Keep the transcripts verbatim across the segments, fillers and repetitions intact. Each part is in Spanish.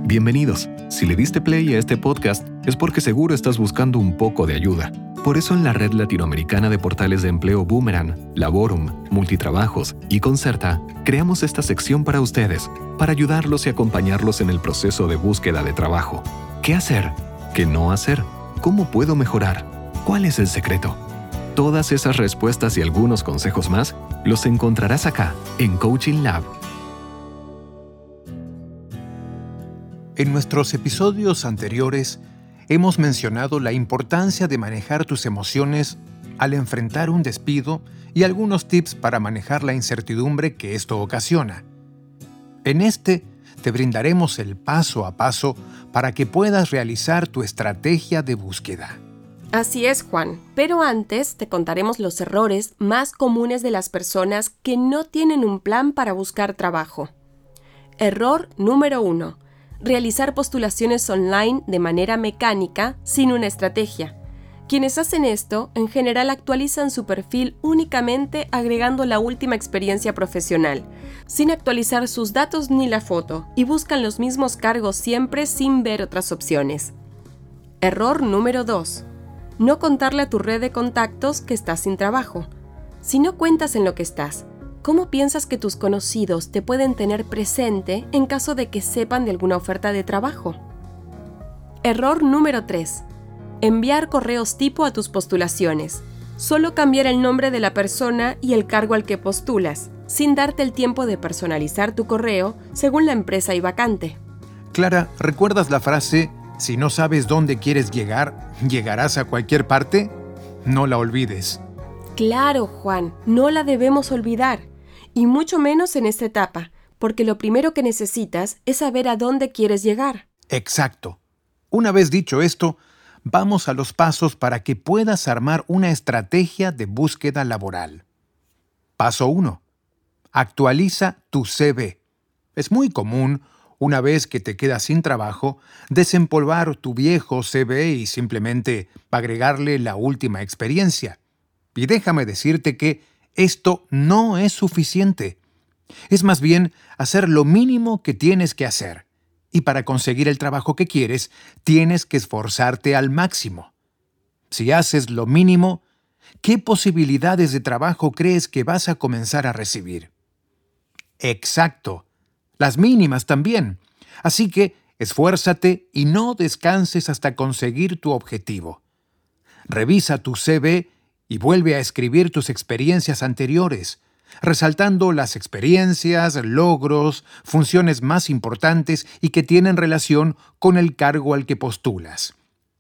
Bienvenidos. Si le diste play a este podcast es porque seguro estás buscando un poco de ayuda. Por eso en la Red Latinoamericana de Portales de Empleo Boomerang, Laborum, Multitrabajos y Concerta, creamos esta sección para ustedes, para ayudarlos y acompañarlos en el proceso de búsqueda de trabajo. ¿Qué hacer? ¿Qué no hacer? ¿Cómo puedo mejorar? ¿Cuál es el secreto? Todas esas respuestas y algunos consejos más los encontrarás acá, en Coaching Lab. En nuestros episodios anteriores hemos mencionado la importancia de manejar tus emociones al enfrentar un despido y algunos tips para manejar la incertidumbre que esto ocasiona. En este te brindaremos el paso a paso para que puedas realizar tu estrategia de búsqueda. Así es, Juan, pero antes te contaremos los errores más comunes de las personas que no tienen un plan para buscar trabajo. Error número uno. Realizar postulaciones online de manera mecánica sin una estrategia. Quienes hacen esto, en general actualizan su perfil únicamente agregando la última experiencia profesional, sin actualizar sus datos ni la foto, y buscan los mismos cargos siempre sin ver otras opciones. Error número dos. No contarle a tu red de contactos que estás sin trabajo. Si no cuentas en lo que estás, ¿cómo piensas que tus conocidos te pueden tener presente en caso de que sepan de alguna oferta de trabajo? Error número tres. Enviar correos tipo a tus postulaciones. Solo cambiar el nombre de la persona y el cargo al que postulas, sin darte el tiempo de personalizar tu correo según la empresa y vacante. Clara, ¿recuerdas la frase, si no sabes dónde quieres llegar, llegarás a cualquier parte? No la olvides. Claro, Juan, no la debemos olvidar. Y mucho menos en esta etapa, porque lo primero que necesitas es saber a dónde quieres llegar. Exacto. Una vez dicho esto, vamos a los pasos para que puedas armar una estrategia de búsqueda laboral. Paso uno. Actualiza tu C V. Es muy común, una vez que te quedas sin trabajo, desempolvar tu viejo C V y simplemente agregarle la última experiencia. Y déjame decirte que esto no es suficiente. Es más bien hacer lo mínimo que tienes que hacer. Y para conseguir el trabajo que quieres, tienes que esforzarte al máximo. Si haces lo mínimo, ¿qué posibilidades de trabajo crees que vas a comenzar a recibir? Exacto. Las mínimas también. Así que esfuérzate y no descanses hasta conseguir tu objetivo. Revisa tu C V y vuelve a escribir tus experiencias anteriores, resaltando las experiencias, logros, funciones más importantes y que tienen relación con el cargo al que postulas.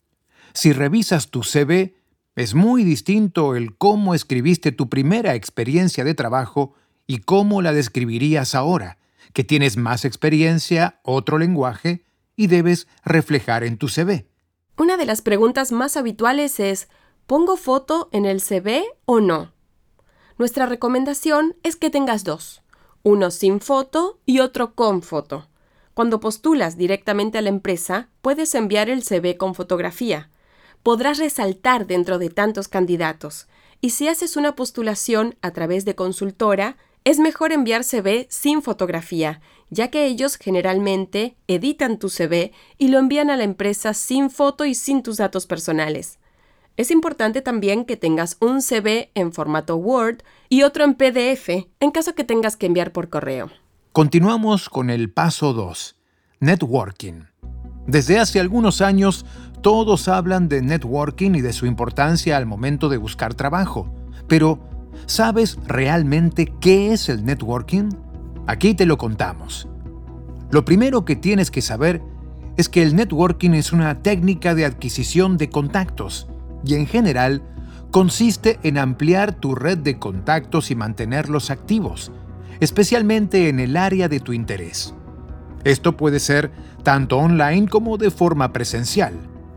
Si revisas tu C V, es muy distinto el cómo escribiste tu primera experiencia de trabajo y cómo la describirías ahora, que tienes más experiencia, otro lenguaje y debes reflejar en tu C V. Una de las preguntas más habituales es, ¿pongo foto en el C V o no? Nuestra recomendación es que tengas dos, uno sin foto y otro con foto. Cuando postulas directamente a la empresa, puedes enviar el C V con fotografía. Podrás resaltar dentro de tantos candidatos. Y si haces una postulación a través de consultora, es mejor enviar C V sin fotografía, ya que ellos generalmente editan tu C V y lo envían a la empresa sin foto y sin tus datos personales. Es importante también que tengas un C V en formato Word y otro en P D F en caso que tengas que enviar por correo. Continuamos con el paso dos, networking. Desde hace algunos años, todos hablan de networking y de su importancia al momento de buscar trabajo. Pero, ¿sabes realmente qué es el networking? Aquí te lo contamos. Lo primero que tienes que saber es que el networking es una técnica de adquisición de contactos. Y en general, consiste en ampliar tu red de contactos y mantenerlos activos, especialmente en el área de tu interés. Esto puede ser tanto online como de forma presencial.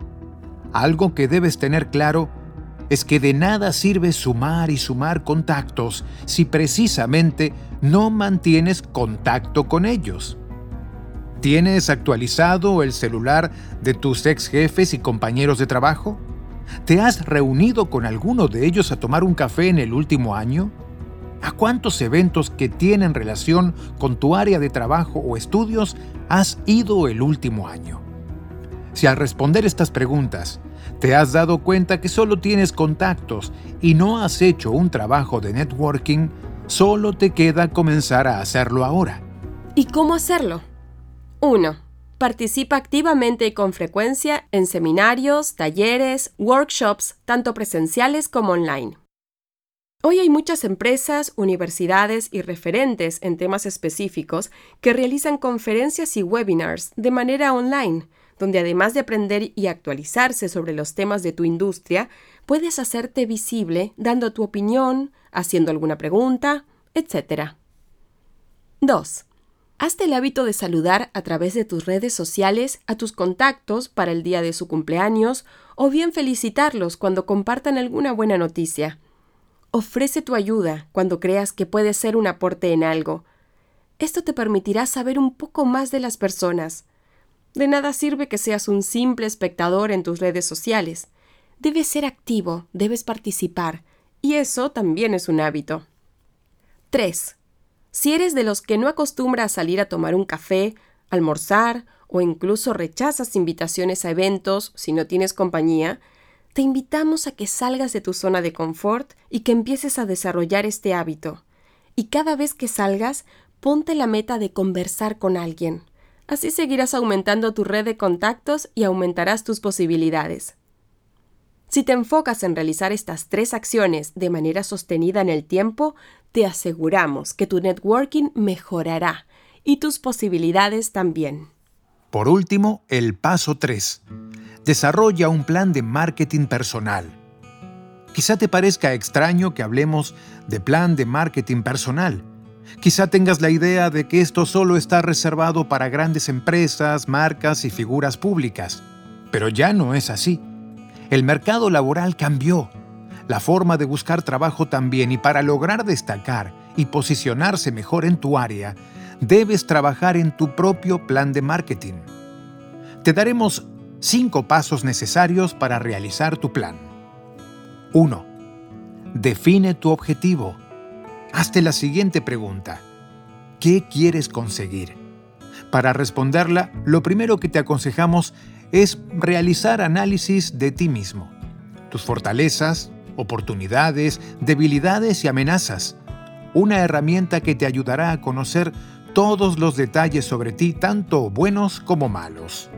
Algo que debes tener claro es que de nada sirve sumar y sumar contactos si precisamente no mantienes contacto con ellos. ¿Tienes actualizado el celular de tus ex jefes y compañeros de trabajo? ¿Te has reunido con alguno de ellos a tomar un café en el último año? ¿A cuántos eventos que tienen relación con tu área de trabajo o estudios has ido el último año? Si al responder estas preguntas te has dado cuenta que solo tienes contactos y no has hecho un trabajo de networking, solo te queda comenzar a hacerlo ahora. ¿Y cómo hacerlo? uno. Participa activamente y con frecuencia en seminarios, talleres, workshops, tanto presenciales como online. Hoy hay muchas empresas, universidades y referentes en temas específicos que realizan conferencias y webinars de manera online, donde además de aprender y actualizarse sobre los temas de tu industria, puedes hacerte visible dando tu opinión, haciendo alguna pregunta, etcétera. dos. Hazte el hábito de saludar a través de tus redes sociales a tus contactos para el día de su cumpleaños o bien felicitarlos cuando compartan alguna buena noticia. Ofrece tu ayuda cuando creas que puede ser un aporte en algo. Esto te permitirá saber un poco más de las personas. De nada sirve que seas un simple espectador en tus redes sociales. Debes ser activo, debes participar, y eso también es un hábito. tres. Si eres de los que no acostumbra a salir a tomar un café, almorzar o incluso rechazas invitaciones a eventos si no tienes compañía, te invitamos a que salgas de tu zona de confort y que empieces a desarrollar este hábito. Y cada vez que salgas, ponte la meta de conversar con alguien. Así seguirás aumentando tu red de contactos y aumentarás tus posibilidades. Si te enfocas en realizar estas tres acciones de manera sostenida en el tiempo, te aseguramos que tu networking mejorará y tus posibilidades también. Por último, el paso tres. Desarrolla un plan de marketing personal. Quizá te parezca extraño que hablemos de plan de marketing personal. Quizá tengas la idea de que esto solo está reservado para grandes empresas, marcas y figuras públicas. Pero ya no es así. El mercado laboral cambió. La forma de buscar trabajo también, y para lograr destacar y posicionarse mejor en tu área, debes trabajar en tu propio plan de marketing. Te daremos cinco pasos necesarios para realizar tu plan. uno. Define tu objetivo. Hazte la siguiente pregunta. ¿Qué quieres conseguir? Para responderla, lo primero que te aconsejamos es realizar análisis de ti mismo. Tus fortalezas, oportunidades, debilidades y amenazas. Una herramienta que te ayudará a conocer todos los detalles sobre ti, tanto buenos como malos.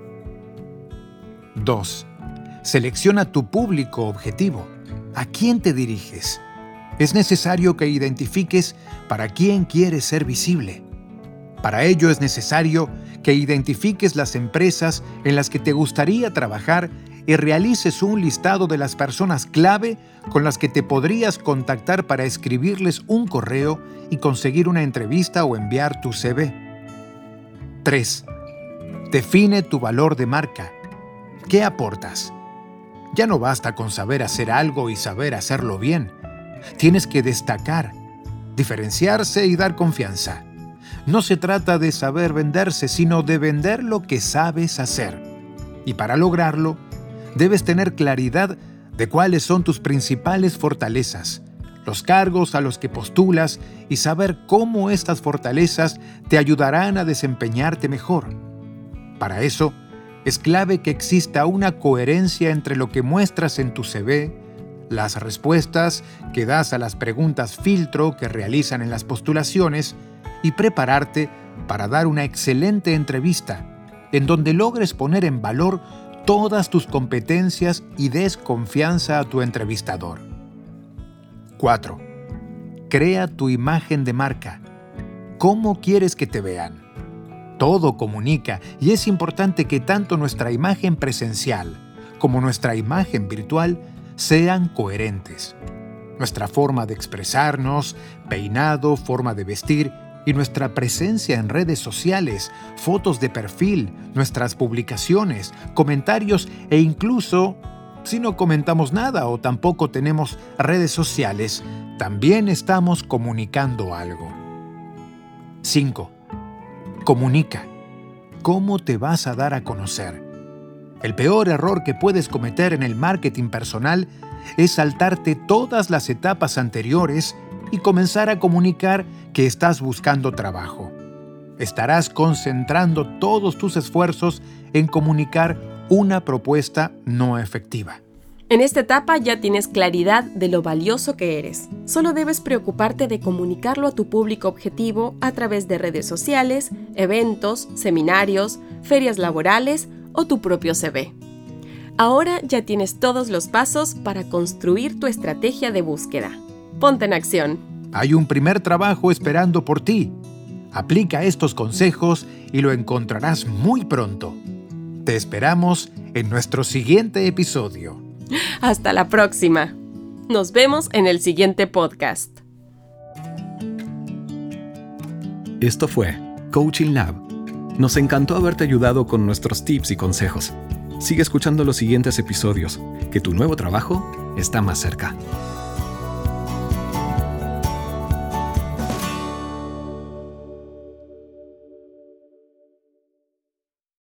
dos. Selecciona tu público objetivo. ¿A quién te diriges? Es necesario que identifiques para quién quieres ser visible. Para ello es necesario que identifiques las empresas en las que te gustaría trabajar y realices un listado de las personas clave con las que te podrías contactar para escribirles un correo y conseguir una entrevista o enviar tu C V. tres. Define tu valor de marca. ¿Qué aportas? Ya no basta con saber hacer algo y saber hacerlo bien. Tienes que destacar, diferenciarse y dar confianza. No se trata de saber venderse, sino de vender lo que sabes hacer. Y para lograrlo, debes tener claridad de cuáles son tus principales fortalezas, los cargos a los que postulas y saber cómo estas fortalezas te ayudarán a desempeñarte mejor. Para eso, es clave que exista una coherencia entre lo que muestras en tu C V, las respuestas que das a las preguntas filtro que realizan en las postulaciones y prepararte para dar una excelente entrevista, en donde logres poner en valor todas tus competencias y des confianza a tu entrevistador. cuatro. Crea tu imagen de marca. ¿Cómo quieres que te vean? Todo comunica y es importante que tanto nuestra imagen presencial como nuestra imagen virtual sean coherentes. Nuestra forma de expresarnos, peinado, forma de vestir y nuestra presencia en redes sociales, fotos de perfil, nuestras publicaciones, comentarios e incluso, si no comentamos nada o tampoco tenemos redes sociales, también estamos comunicando algo. cinco. Comunica. ¿Cómo te vas a dar a conocer? El peor error que puedes cometer en el marketing personal es saltarte todas las etapas anteriores y comenzar a comunicar que estás buscando trabajo. Estarás concentrando todos tus esfuerzos en comunicar una propuesta no efectiva. En esta etapa ya tienes claridad de lo valioso que eres. Solo debes preocuparte de comunicarlo a tu público objetivo a través de redes sociales, eventos, seminarios, ferias laborales o tu propio C V. Ahora ya tienes todos los pasos para construir tu estrategia de búsqueda. Ponte en acción. Hay un primer trabajo esperando por ti. Aplica estos consejos y lo encontrarás muy pronto. Te esperamos en nuestro siguiente episodio. Hasta la próxima. Nos vemos en el siguiente podcast. Esto fue Coaching Lab. Nos encantó haberte ayudado con nuestros tips y consejos. Sigue escuchando los siguientes episodios, que tu nuevo trabajo está más cerca.